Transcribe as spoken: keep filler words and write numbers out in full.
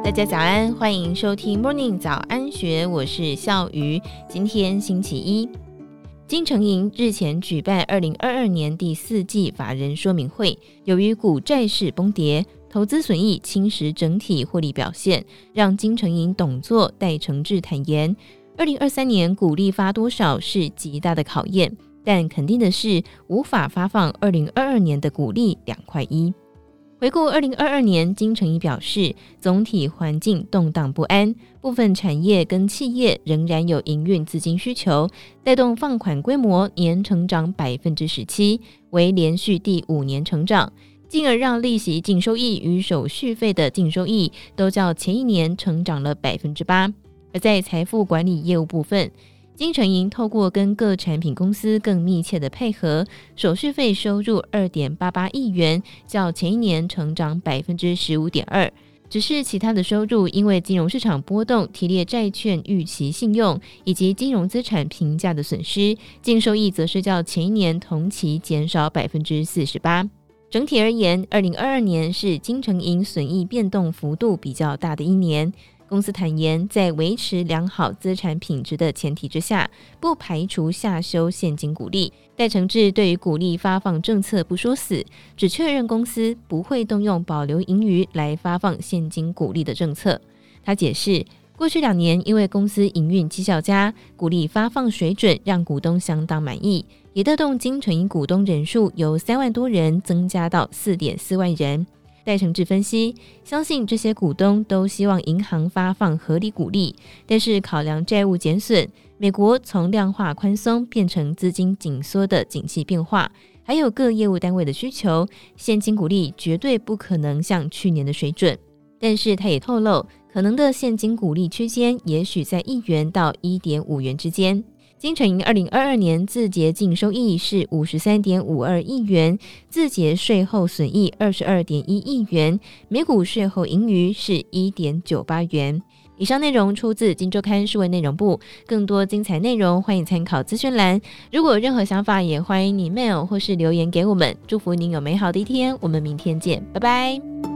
大家早安，欢迎收听 Morning 早安学，我是笑瑜。今天星期一，金城银日前举办二零二二年第四季法人说明会，由于股债市崩跌，投资损益侵蚀整体获利表现，让金城银董座戴承志坦言，二零二三年股利发多少是极大的考验，但肯定的是无法发放二零二二年的股利两块一。回顾二零二二年，金城银表示，总体环境动荡不安，部分产业跟企业仍然有营运资金需求，带动放款规模年成长 百分之十七， 为连续第五年成长，进而让利息净收益与手续费的净收益都较前一年成长了 百分之八。 而在财富管理业务部分，金城银透过跟各产品公司更密切的配合，手续费收入 二点八八亿元，较前一年成长 百分之十五点二。 只是其他的收入因为金融市场波动、提列债券逾期信用以及金融资产评价的损失，净收益则是较前一年同期减少 百分之四十八。 整体而言，二零二二年是金城银损益变动幅度比较大的一年。公司坦言，在维持良好资产品质的前提之下，不排除下修现金股利。戴承志对于股利发放政策不说死，只确认公司不会动用保留盈余来发放现金股利的政策。他解释，过去两年因为公司营运绩效佳，股利发放水准让股东相当满意，也带动金城银股东人数由三万多人增加到 四点四万人。戴承志分析，相信这些股东都希望银行发放合理股利，但是考量债务减损，美国从量化宽松变成资金紧缩的景气变化，还有各业务单位的需求，现金股利绝对不可能像去年的水准。但是他也透露，可能的现金股利区间也许在一元到 一点五元之间。金城银二零二二年自结净收益是 五十三点五二亿元，自结税后损益 二十二点一亿元，每股税后盈余是 一点九八元。以上内容出自今周刊数位内容部，更多精彩内容欢迎参考资讯栏。如果有任何想法，也欢迎你 mail 或是留言给我们。祝福您有美好的一天，我们明天见，拜拜。